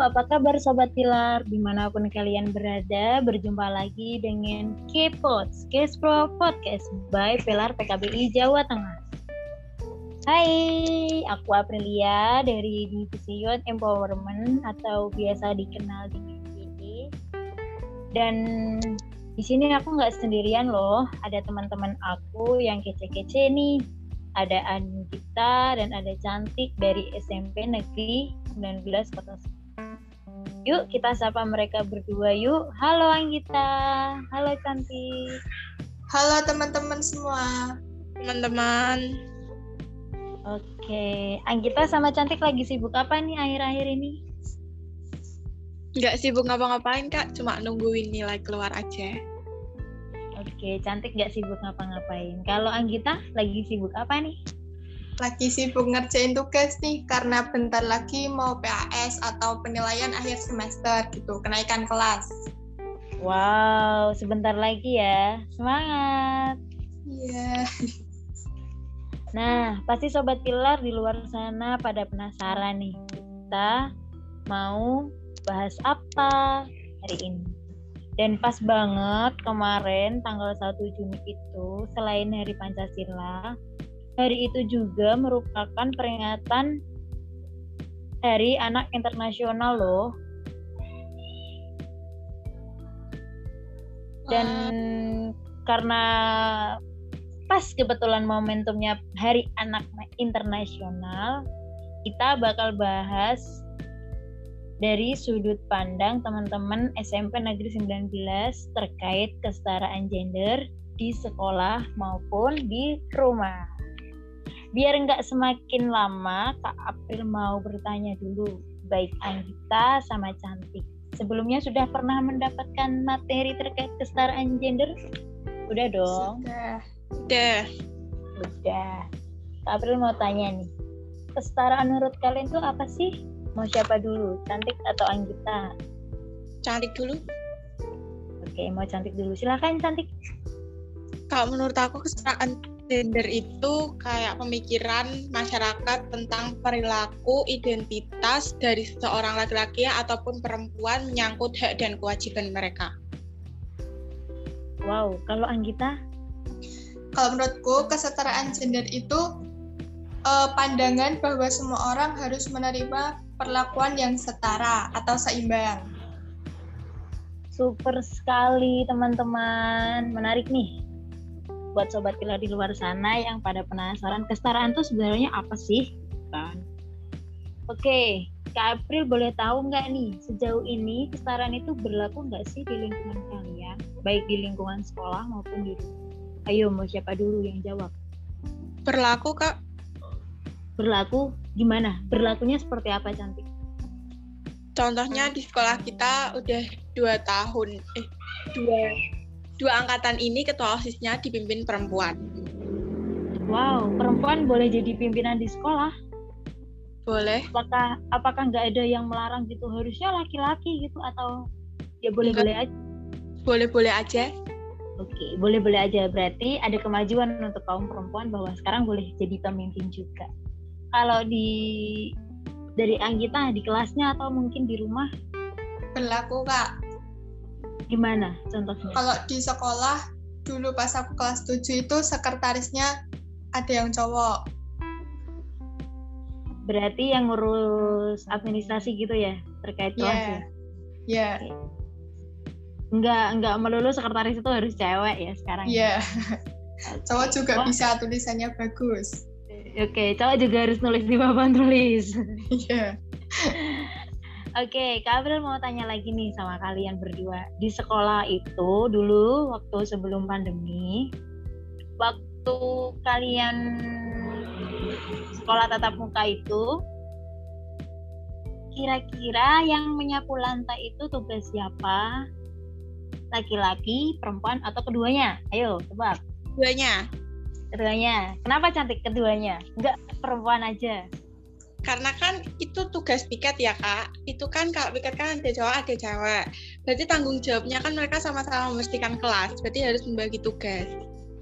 apa kabar Sobat Pilar? Dimanapun kalian berada, berjumpa lagi dengan K-Pods, Kespro Podcast by Pilar PKBI Jawa Tengah. Hai, aku Aprilia dari Divisi Youth Empowerment atau biasa dikenal dengan YD. Dan di sini aku nggak sendirian loh, ada teman-teman aku yang kece-kece nih. Ada Anggita dan ada Cantik dari SMP Negeri 19 Kota Solo. Yuk kita sapa mereka berdua yuk. Halo Anggita, halo Cantik. Halo teman-teman semua. Teman-teman. Oke, Anggita sama Cantik lagi sibuk apa nih akhir-akhir ini? Nggak sibuk ngapa-ngapain Kak, cuma nungguin nilai keluar aja. Oke, Cantik nggak sibuk ngapa-ngapain. Kalau Anggita lagi sibuk apa nih? Lagi sibuk ngerjain tugas nih karena bentar lagi mau PAS atau penilaian akhir semester gitu, kenaikan kelas. Wow, sebentar lagi ya. Semangat. Iya. Nah, pasti Sobat Pilar di luar sana pada penasaran nih. Kita mau bahas apa hari ini? Dan pas banget kemarin tanggal 1 Juni itu, selain Hari Pancasila, hari itu juga merupakan peringatan Hari Anak Internasional loh. Dan karena pas kebetulan momentumnya Hari Anak Internasional, kita bakal bahas dari sudut pandang teman-teman SMP Negeri 19 terkait kesetaraan gender di sekolah maupun di rumah. Biar nggak semakin lama, Kak April mau bertanya dulu, baik Anggita sama Cantik. Sebelumnya sudah pernah mendapatkan materi terkait kesetaraan gender? Udah dong? Udah. Kak April mau tanya nih, kesetaraan menurut kalian itu apa sih? Mau siapa dulu, Cantik atau Anggita? Cantik dulu. Oke, mau Cantik dulu. Silakan Cantik. Kalau menurut aku kesetaraan gender itu kayak pemikiran masyarakat tentang perilaku identitas dari seorang laki-laki ataupun perempuan menyangkut hak dan kewajiban mereka. Wow, kalau Anggita? Kalau menurutku kesetaraan gender itu pandangan bahwa semua orang harus menerima perlakuan yang setara atau seimbang. Super sekali teman-teman, menarik nih buat Sobat Pilar di luar sana yang pada penasaran kesetaraan itu sebenarnya apa sih? Kan? Oke, Kak April boleh tahu nggak nih sejauh ini kesetaraan itu berlaku nggak sih di lingkungan kalian, baik di lingkungan sekolah maupun di rumah? Ayo, mau siapa dulu yang jawab? Berlaku Kak. Berlaku gimana? Berlakunya seperti apa Cantik? Contohnya di sekolah kita udah 2 angkatan ini ketua OSIS-nya dipimpin perempuan. Wow, perempuan boleh jadi pimpinan di sekolah? Boleh. Apakah nggak ada yang melarang gitu? Harusnya laki-laki gitu atau ya boleh-boleh aja? Boleh-boleh aja. Oke, boleh-boleh aja. Berarti ada kemajuan untuk kaum perempuan bahwa sekarang boleh jadi pemimpin juga. Kalau dari Anggita di kelasnya atau mungkin di rumah? Berlaku Kak. Gimana contohnya? Kalau di sekolah, dulu pas aku kelas 7 itu sekretarisnya ada yang cowok. Berarti yang ngurus administrasi gitu ya, terkait kelas ya? Iya. Enggak melulu sekretaris itu harus cewek ya sekarang? Iya. Cowok juga bisa tulisannya bagus. Oke, cowok juga harus nulis di papan tulis. Iya. Oke, Kak April mau tanya lagi nih sama kalian berdua. Di sekolah itu dulu waktu sebelum pandemi, waktu kalian sekolah tatap muka itu, kira-kira yang menyapu lantai itu tugas siapa? Laki-laki, perempuan, atau keduanya? Ayo, tebak. Keduanya. Kenapa Cantik keduanya? Enggak perempuan aja. Karena kan itu tugas piket ya Kak. Itu kan kalau piket kan ada cowok ada cewek. Berarti tanggung jawabnya kan mereka sama-sama membersihkan kelas. Berarti harus membagi tugas.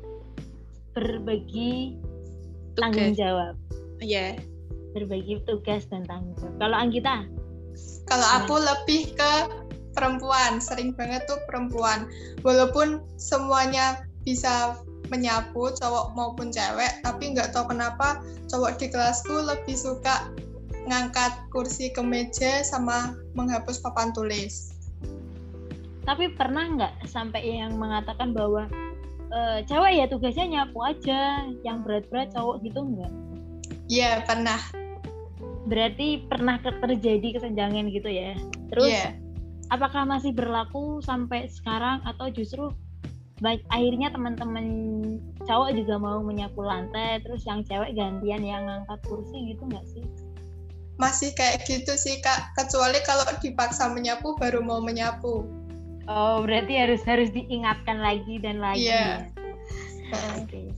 Berbagi tanggung jawab. Iya. Berbagi tugas dan tanggung jawab. Kalau Anggita? Kalau aku lebih ke perempuan, sering banget tuh perempuan. Walaupun semuanya bisa menyapu, cowok maupun cewek, tapi nggak tahu kenapa cowok di kelasku lebih suka ngangkat kursi ke meja sama menghapus papan tulis. Tapi pernah nggak sampai yang mengatakan bahwa cewek ya tugasnya nyapu aja, yang berat-berat cowok gitu nggak? Iya, pernah. Berarti pernah terjadi kesenjangan gitu ya. Terus apakah masih berlaku sampai sekarang atau justru akhirnya teman-teman cowok juga mau menyapu lantai, terus yang cewek gantian yang ngangkat kursi gitu nggak sih? Masih kayak gitu sih Kak, kecuali kalau dipaksa menyapu baru mau menyapu. Oh, berarti harus diingatkan lagi dan lagi. Iya. Okay.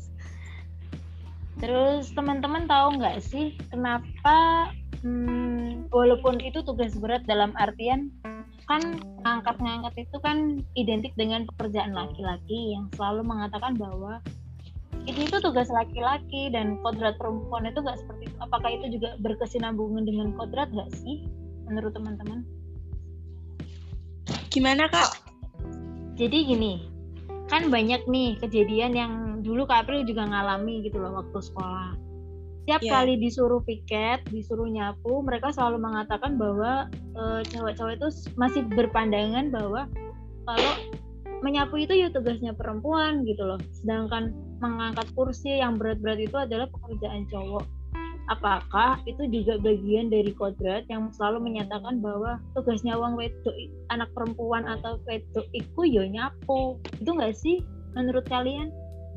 Terus teman-teman tahu nggak sih kenapa walaupun itu tugas berat dalam artian kan ngangkat itu kan identik dengan pekerjaan laki-laki yang selalu mengatakan bahwa itu tugas laki-laki dan kodrat perempuan itu nggak seperti itu. Apakah itu juga berkesinambungan dengan kodrat nggak sih menurut teman-teman? Gimana Kak? Jadi gini, kan banyak nih kejadian yang dulu Kak April juga ngalami gitu loh waktu sekolah. Setiap kali disuruh piket, disuruh nyapu, mereka selalu mengatakan bahwa cewek-cewek itu masih berpandangan bahwa kalau menyapu itu ya tugasnya perempuan gitu loh. Sedangkan mengangkat kursi yang berat-berat itu adalah pekerjaan cowok. Apakah itu juga bagian dari kodrat yang selalu menyatakan bahwa tugasnya wong wedok anak perempuan atau wedok iku ya nyapu? Itu nggak sih menurut kalian?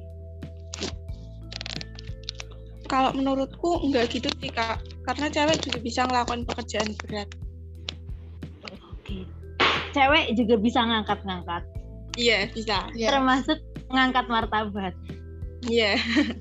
Kalau menurutku nggak gitu sih Kak, karena cewek juga bisa ngelakuin pekerjaan berat. Oke. Cewek juga bisa ngangkat-ngangkat. Iya, bisa. Termasuk ngangkat martabat. Iya.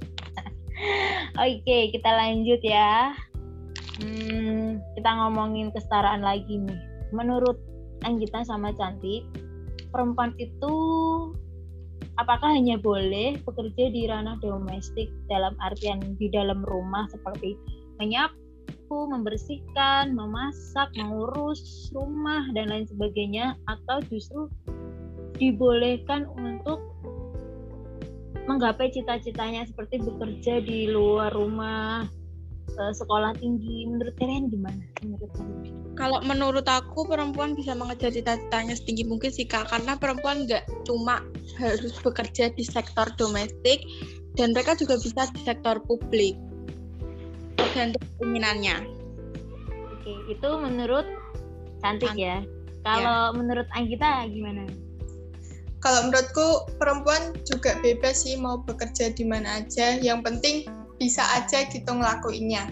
Oke, kita lanjut ya. Kita ngomongin kesetaraan lagi nih. Menurut Anggita sama Cantik, perempuan itu apakah hanya boleh bekerja di ranah domestik dalam artian di dalam rumah seperti menyapu, membersihkan, memasak, mengurus rumah dan lain sebagainya, atau justru dibolehkan untuk menggapai cita-citanya seperti bekerja di luar rumah, sekolah tinggi? Menurut kalian gimana? Kalau menurut aku perempuan bisa mengejar cita-citanya setinggi mungkin sih Kak, karena perempuan nggak cuma harus bekerja di sektor domestik dan mereka juga bisa di sektor publik dan keinginannya. Oke, itu menurut Cantik ya. Kalau menurut Anggita gimana? Kalau menurutku perempuan juga bebas sih mau bekerja di mana aja, yang penting bisa aja gitu ngelakuinnya.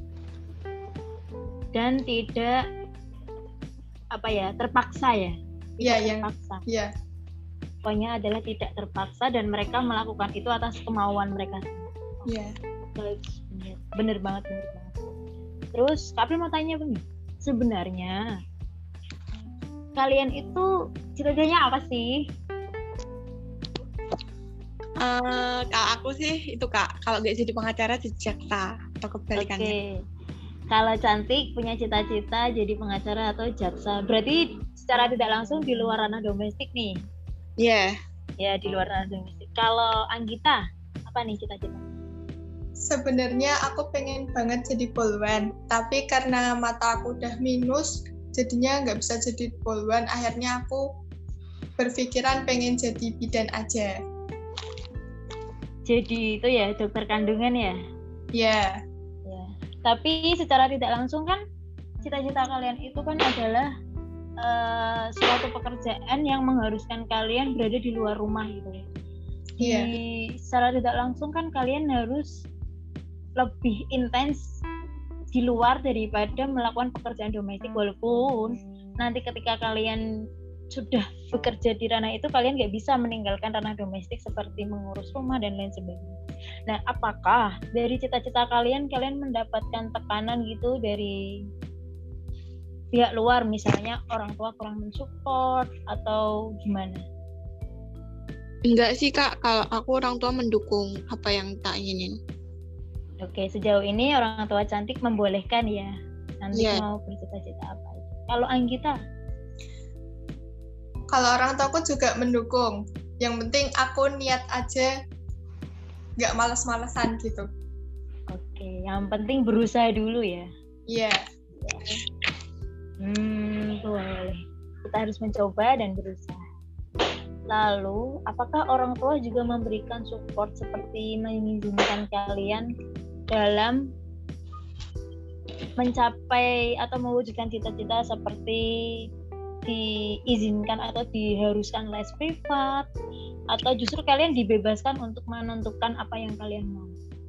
Dan tidak terpaksa ya? Terpaksa. Iya. Pokoknya adalah tidak terpaksa dan mereka melakukan itu atas kemauan mereka. Iya. Bener banget. Terus Kak April mau tanya begini, sebenarnya kalian itu cita-citanya apa sih? Kalau aku sih itu Kak, kalau nggak jadi pengacara jadi jaksa atau kebalikannya. Oke. Kalau Cantik punya cita-cita jadi pengacara atau jaksa, berarti secara tidak langsung di luar ranah domestik nih. Iya. Ya, di luar ranah domestik. Kalau Anggita, apa nih cita-cita? Sebenarnya aku pengen banget jadi polwan, tapi karena mata aku udah minus, jadinya nggak bisa jadi polwan. Akhirnya aku berpikiran pengen jadi bidan aja. Jadi itu ya dokter kandungan ya? Iya. Ya. Tapi secara tidak langsung kan cita-cita kalian itu kan adalah suatu pekerjaan yang mengharuskan kalian berada di luar rumah gitu ya. Iya. Secara tidak langsung kan kalian harus lebih intens di luar daripada melakukan pekerjaan domestik, walaupun nanti ketika kalian sudah bekerja di ranah itu kalian nggak bisa meninggalkan ranah domestik seperti mengurus rumah dan lain sebagainya. Nah, apakah dari cita-cita kalian mendapatkan tekanan gitu dari pihak luar, misalnya orang tua kurang mensupport atau gimana? Enggak sih Kak, kalau aku orang tua mendukung apa yang tak inginin. Oke, sejauh ini orang tua Cantik membolehkan ya, nanti mau bercita-cita apa aja. Kalau Anggita? Kalau orang tuaku juga mendukung. Yang penting aku niat aja, nggak malas-malasan gitu. Oke, yang penting berusaha dulu ya. Iya. Boleh. Kita harus mencoba dan berusaha. Lalu, apakah orang tua juga memberikan support seperti mengizinkan kalian dalam mencapai atau mewujudkan cita-cita seperti diizinkan atau diharuskan les privat, atau justru kalian dibebaskan untuk menentukan apa yang kalian mau?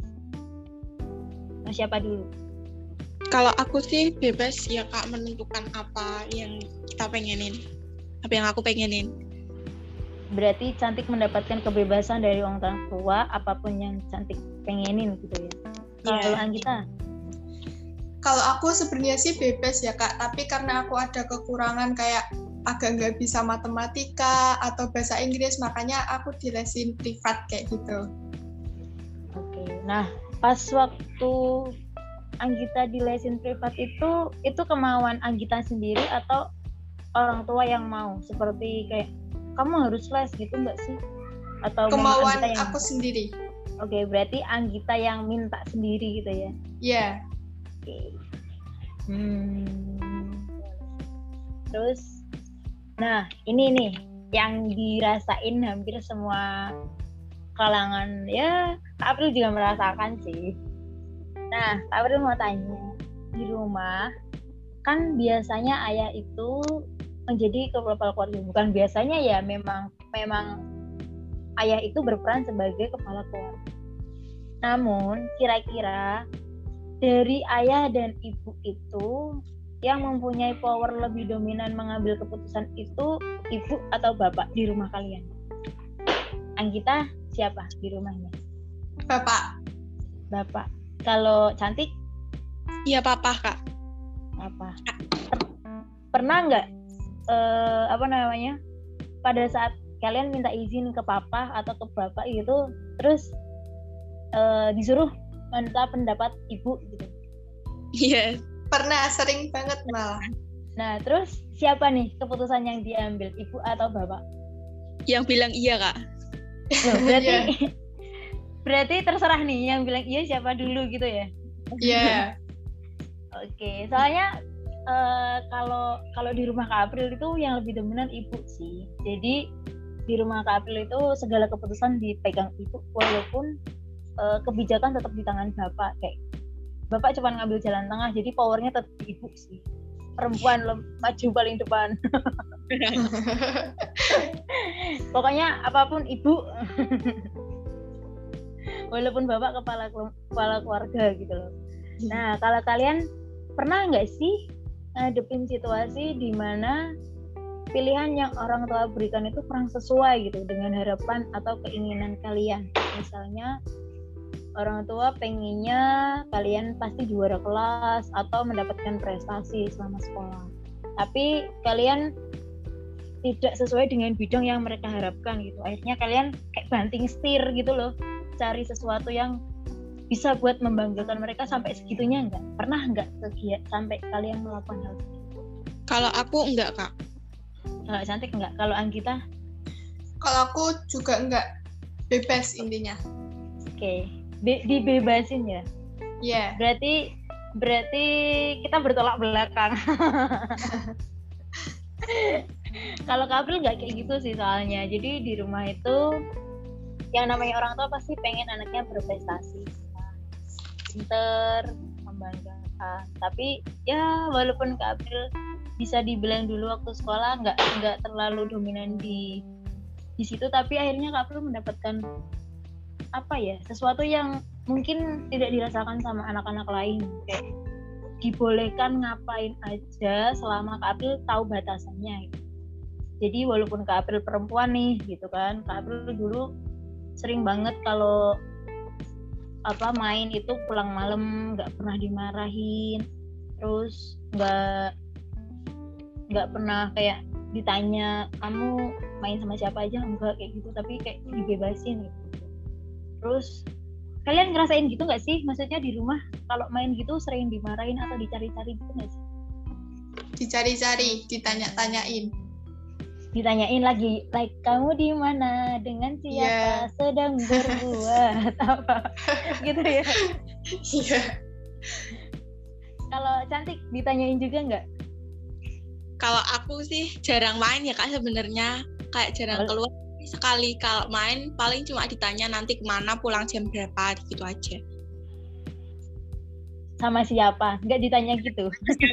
Nah, siapa dulu? Kalau aku sih bebas ya Kak menentukan apa yang kita pengenin, apa yang aku pengenin. Berarti Cantik mendapatkan kebebasan dari orang tua apapun yang Cantik pengenin gitu ya. Kalau Anggita? Kalau aku sebenarnya sih bebas ya Kak, tapi karena aku ada kekurangan kayak agak nggak bisa matematika atau bahasa Inggris, makanya aku dilesin privat kayak gitu. Oke, nah pas waktu Anggita dilesin privat itu kemauan Anggita sendiri atau orang tua yang mau? Seperti kayak kamu harus les gitu nggak sih? Atau kemauan aku sendiri. Oke, berarti Anggita yang minta sendiri gitu ya? Iya. Oke. Terus, nah ini nih yang dirasain hampir semua kalangan, ya Kak April juga merasakan sih. Nah, Kak April mau tanya, di rumah kan biasanya ayah itu menjadi kepala keluarga. Bukan biasanya ya, memang ayah itu berperan sebagai kepala keluarga. Namun, kira-kira dari ayah dan ibu itu yang mempunyai power lebih dominan mengambil keputusan itu ibu atau bapak di rumah kalian? Anggita, siapa di rumahnya? Bapak. Kalau Cantik? Iya papa Kak. Apa? Pernah nggak pada saat kalian minta izin ke papa atau ke bapak gitu, terus disuruh minta pendapat ibu gitu? Iya. Pernah, sering banget malah. Nah, terus siapa nih keputusan yang diambil, ibu atau bapak? Yang bilang iya Kak. Berarti terserah nih yang bilang iya siapa dulu gitu ya? Iya. Oke, soalnya kalau di rumah Kak April itu yang lebih dominan ibu sih. Jadi di rumah Kak April itu segala keputusan dipegang ibu, walaupun kebijakan tetap di tangan bapak. Kayak bapak cuma ngambil jalan tengah, jadi powernya tetap di ibu sih. Perempuan maju paling depan. Pokoknya apapun ibu. Walaupun bapak kepala keluarga gitu loh. Nah, kalau kalian pernah nggak sih ngadepin situasi di mana pilihan yang orang tua berikan itu kurang sesuai gitu dengan harapan atau keinginan kalian? Misalnya orang tua pengennya kalian pasti juara kelas atau mendapatkan prestasi selama sekolah, tapi kalian tidak sesuai dengan bidang yang mereka harapkan gitu. Akhirnya kalian kayak banting setir gitu loh, cari sesuatu yang bisa buat membanggakan mereka. Sampai segitunya enggak? Pernah enggak sampai kalian melakukan hal itu? Kalau aku enggak Kak. Kalau Cantik enggak? Kalau Anggita? Kalau aku juga enggak, bebas intinya. Oke. Dibebasin ya? Iya. Berarti kita bertolak belakang. Kalau Kak April nggak kayak gitu sih soalnya. Jadi di rumah itu yang namanya orang tua pasti pengen anaknya berprestasi, pinter, membanggakan. Tapi ya walaupun Kak April bisa dibilang dulu waktu sekolah nggak terlalu dominan di situ, tapi akhirnya Kak April mendapatkan sesuatu yang mungkin tidak dirasakan sama anak-anak lain. Kayak dibolehkan ngapain aja selama Kak April tahu batasannya gitu. Jadi walaupun Kak April perempuan nih gitu kan, Kak April dulu sering banget kalau main itu pulang malam nggak pernah dimarahin, terus nggak pernah kayak ditanya kamu main sama siapa aja, enggak kayak gitu, tapi kayak dibebasin gitu. Terus kalian ngerasain gitu nggak sih? Maksudnya di rumah kalau main gitu sering dimarahin atau dicari-cari gitu nggak sih? dicari-cari, ditanya-tanyain. Ditanyain lagi, like kamu di mana, dengan siapa, sedang berbuat apa, gitu ya. Iya. Kalau Cantik ditanyain juga nggak? Kalau aku sih jarang main ya Kak sebenarnya, kayak jarang keluar. Sekali kalau main paling cuma ditanya nanti kemana, pulang jam berapa, gitu aja. Sama siapa? Nggak ditanya gitu?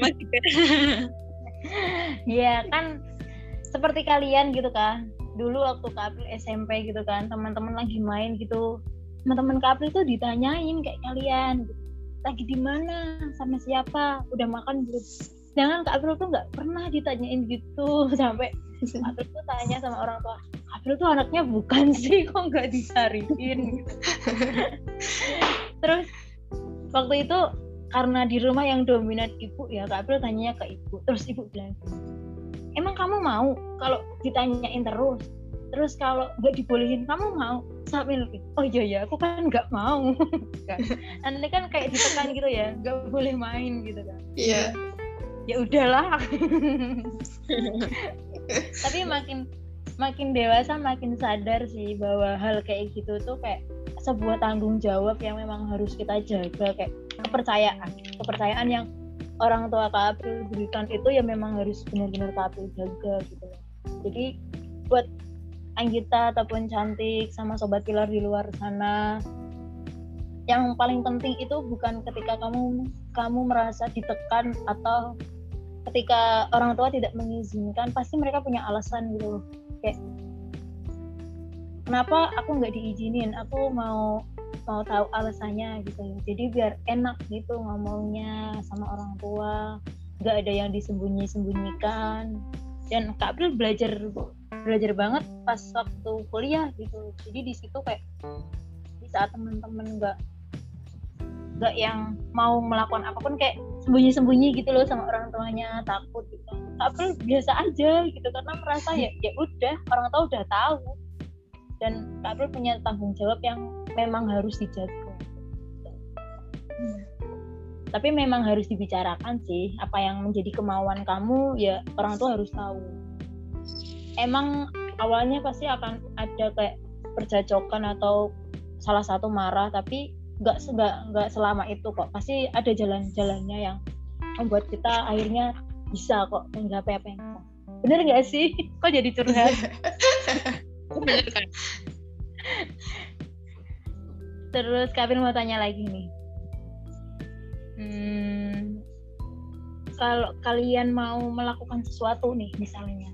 Iya kan, seperti kalian gitu kan. Dulu waktu Kak April SMP gitu kan, teman-teman lagi main gitu, teman-teman Kak April tuh ditanyain kayak kalian, lagi di mana, sama siapa, udah makan belum? Jangan Kak April tuh nggak pernah ditanyain gitu, sampai Kak April tuh tanya sama orang tua, Kak April tuh anaknya bukan sih, kok nggak dicariin? Terus waktu itu karena di rumah yang dominan ibu ya, Kak April tanyanya ke ibu, terus ibu bilang, emang kamu mau kalau ditanyain terus kalau nggak dibolehin kamu mau? Sambil oh iya ya, aku kan nggak mau. Nanti kan kayak ditekan gitu ya, nggak boleh main gitu kan. Iya. Ya udahlah. Tapi makin dewasa makin sadar sih bahwa hal kayak gitu tuh kayak sebuah tanggung jawab yang memang harus kita jaga, kayak kepercayaan yang orang tua Kak April berikan itu ya memang harus benar-benar Kak April jaga gitu. Jadi buat Anggita ataupun Cantik sama Sobat Pilar di luar sana, yang paling penting itu bukan ketika kamu merasa ditekan atau ketika orang tua tidak mengizinkan, pasti mereka punya alasan gitu. Kayak kenapa aku nggak diizinin, aku mau tahu alasannya gitu. Jadi biar enak gitu ngomongnya sama orang tua, nggak ada yang disembunyi-sembunyikan. Dan Kak April belajar banget pas waktu kuliah gitu. Jadi di situ kayak di saat teman-teman nggak yang mau melakukan apapun kayak sembunyi-sembunyi gitu loh sama orang tuanya, takut gitu. Kak April biasa aja gitu karena merasa ya udah orang tua udah tahu. Dan Kak April punya tanggung jawab yang memang harus dijaga. Tapi memang harus dibicarakan sih, apa yang menjadi kemauan kamu ya orang tua harus tahu. Emang awalnya pasti akan ada kayak percekcokan atau salah satu marah, tapi nggak selama itu kok. Pasti ada jalan-jalannya yang membuat kita akhirnya bisa kok menggapai apa yang kita. Bener nggak sih? Kok jadi curhat? Bener kan? Terus Kak April mau tanya lagi nih. Kalau kalian mau melakukan sesuatu nih misalnya,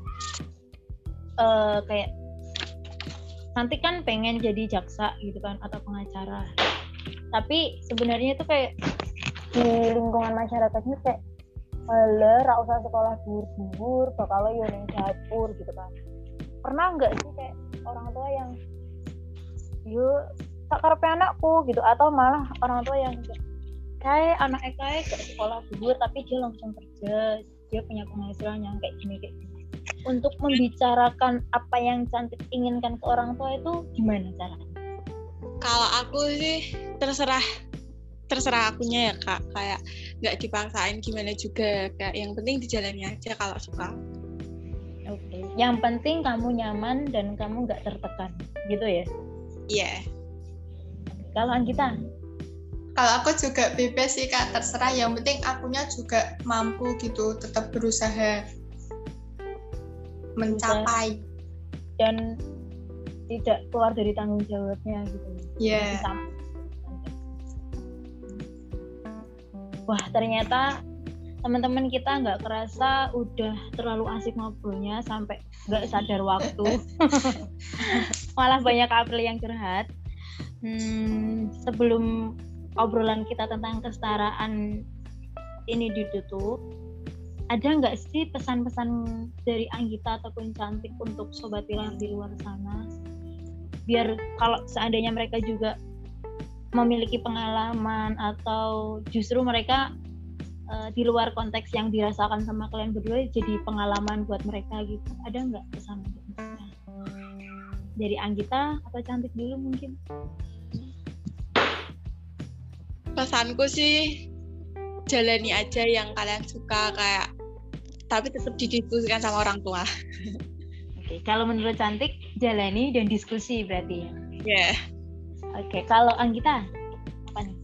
kayak nanti kan pengen jadi jaksa gitu kan atau pengacara, tapi sebenarnya itu kayak di lingkungan masyarakatnya kayak ra usah sekolah dhuwur-dhuwur, bakal yo ning dapur gitu kan. Pernah nggak sih kayak orang tua yang yuk tak karepe anakku gitu, atau malah orang tua yang kayak anaknya kayak ke sekolah dulu tapi dia langsung kerja, dia punya penghasilan yang kayak gini. Untuk membicarakan apa yang Cantik inginkan ke orang tua itu gimana caranya? Kalau aku sih terserah akunya ya Kak, kayak nggak dipaksain gimana juga, kayak yang penting dijalani aja kalau suka. Oke. Yang penting kamu nyaman dan kamu nggak tertekan gitu ya? Iya. Kalau Anggita? Kalau aku juga bebas sih Kak, terserah, yang penting akunya juga mampu gitu, tetap berusaha mencapai dan tidak keluar dari tanggung jawabnya gitu. Iya. Yeah. Wah, ternyata teman-teman kita nggak kerasa udah terlalu asik ngobrolnya sampai nggak sadar waktu. Malah banyak April yang curhat. Sebelum obrolan kita tentang kesetaraan ini ditutup, ada nggak sih pesan-pesan dari Anggita ataupun Cantik untuk Sobat Pilar di luar sana, biar kalau seandainya mereka juga memiliki pengalaman atau justru mereka di luar konteks yang dirasakan sama kalian berdua jadi pengalaman buat mereka gitu, ada nggak pesan untuk mereka? Dari Anggita atau Cantik dulu mungkin? Pesanku sih jalani aja yang kalian suka, kayak tapi tetap didiskusikan sama orang tua. Oke, kalau menurut Cantik jalani dan diskusi berarti ya. Ya. Oke, kalau Anggita apa nih?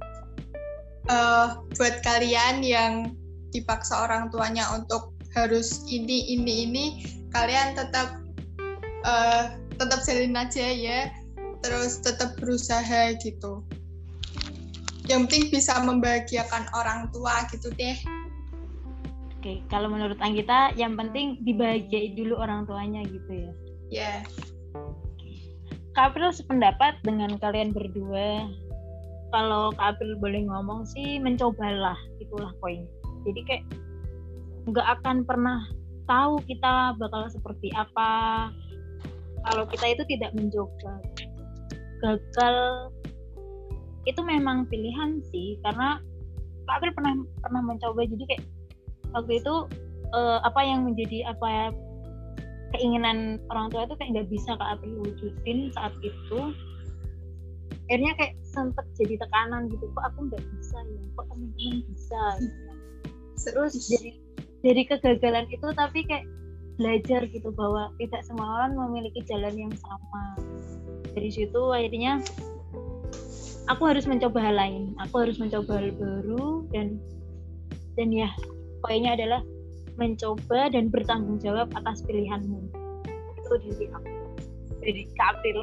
Buat kalian yang dipaksa orang tuanya untuk harus ini, kalian tetap jalin aja ya, terus tetap berusaha gitu. Yang penting bisa membahagiakan orang tua gitu deh. Oke, kalau menurut Anggita yang penting dibahagiain dulu orang tuanya gitu ya. Ya. Kak April sependapat dengan kalian berdua. Kalau Kak April boleh ngomong sih, mencobalah, itulah poinnya. Jadi kayak nggak akan pernah tahu kita bakal seperti apa kalau kita itu tidak mencoba. Gagal itu memang pilihan sih, karena Kak April pernah mencoba. Jadi kayak waktu itu apa yang menjadi keinginan orang tua itu kayak nggak bisa Kak April wujudin saat itu. Akhirnya kayak sempet jadi tekanan gitu, kok aku nggak bisa ya, kok teman-teman bisa gitu. Terus dari kegagalan itu tapi kayak belajar gitu bahwa tidak semua orang memiliki jalan yang sama. Dari situ akhirnya aku harus mencoba hal lain, aku harus mencoba hal baru, dan ya poinnya adalah mencoba dan bertanggung jawab atas pilihanmu. Itu dari aku, dari Kak April.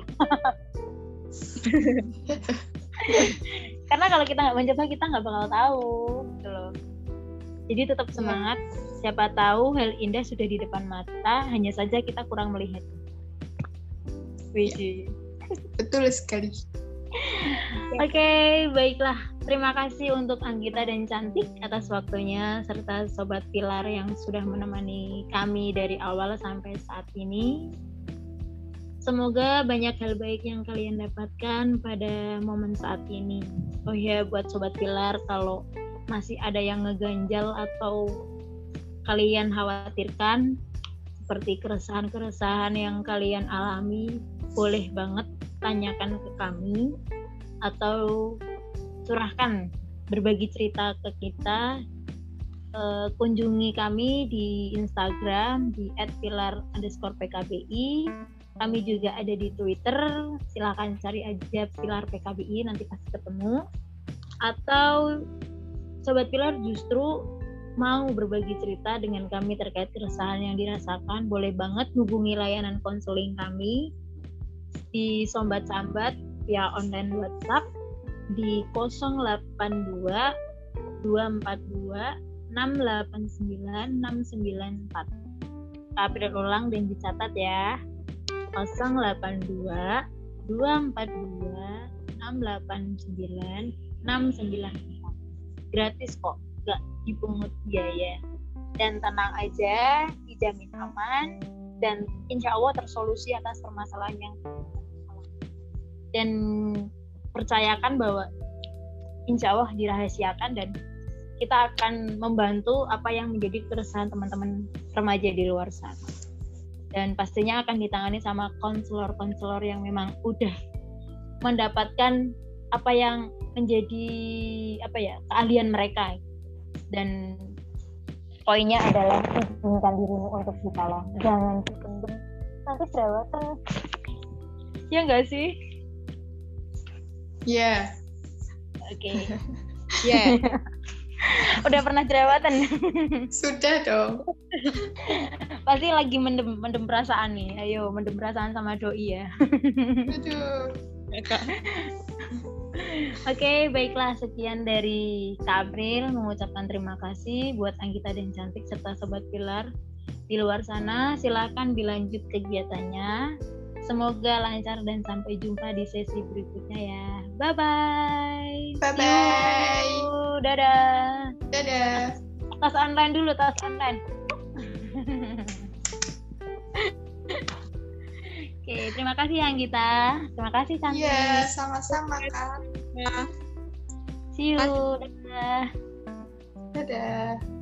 Karena kalau kita nggak mencoba, kita nggak bakal tahu gitu loh. Jadi tetap semangat. Siapa tahu hal indah sudah di depan mata, hanya saja kita kurang melihat. Ya. Betul sekali. Oke, baiklah. Terima kasih untuk Anggita dan Cantik atas waktunya, serta Sobat Pilar yang sudah menemani kami dari awal sampai saat ini. Semoga banyak hal baik yang kalian dapatkan pada momen saat ini. Oh ya, buat Sobat Pilar, kalau masih ada yang ngeganjal atau kalian khawatirkan, seperti keresahan-keresahan yang kalian alami, boleh banget tanyakan ke kami atau curahkan, berbagi cerita ke kita. Kunjungi kami di Instagram di @pilar_pkbi. Kami juga ada di Twitter, silakan cari aja Pilar PKBI, nanti pasti ketemu. Atau Sobat Pilar justru mau berbagi cerita dengan kami terkait keresahan yang dirasakan, boleh banget hubungi layanan konseling kami di Sombat Sambat via online WhatsApp di 082 242 689 694. April ulang dan dicatat ya. 082 242 689 694. Gratis kok, nggak dipungut biaya. Dan tenang aja, dijamin aman, dan insya Allah tersolusi atas permasalahan yang dan percayakan bahwa insya Allah dirahasiakan, dan kita akan membantu apa yang menjadi keresahan teman-teman remaja di luar sana. Dan pastinya akan ditangani sama konselor-konselor yang memang udah mendapatkan apa yang menjadi keahlian mereka. Dan poinnya adalah izinkan dirimu untuk ditolong, jangan dipendam, nanti jerawatan. Ya nggak sih? Ya. Oke. Ya. Udah pernah jerawatan? Sudah dong. Pasti lagi mendem perasaan nih. Ayo mendem perasaan sama doi ya. Aduh. Oke, baiklah, sekian dari Kak April, mengucapkan terima kasih buat Anggita dan Cantik serta Sobat Pilar di luar sana. Silakan dilanjut kegiatannya. Semoga lancar dan sampai jumpa di sesi berikutnya ya. Bye bye. Bye bye. Dadah. Dadah. Tas online dulu, tas online. Oke, terima kasih Anggita. Terima kasih Cantik. Iya, sama-sama Kak. Ya. See you. Dadah. Dadah.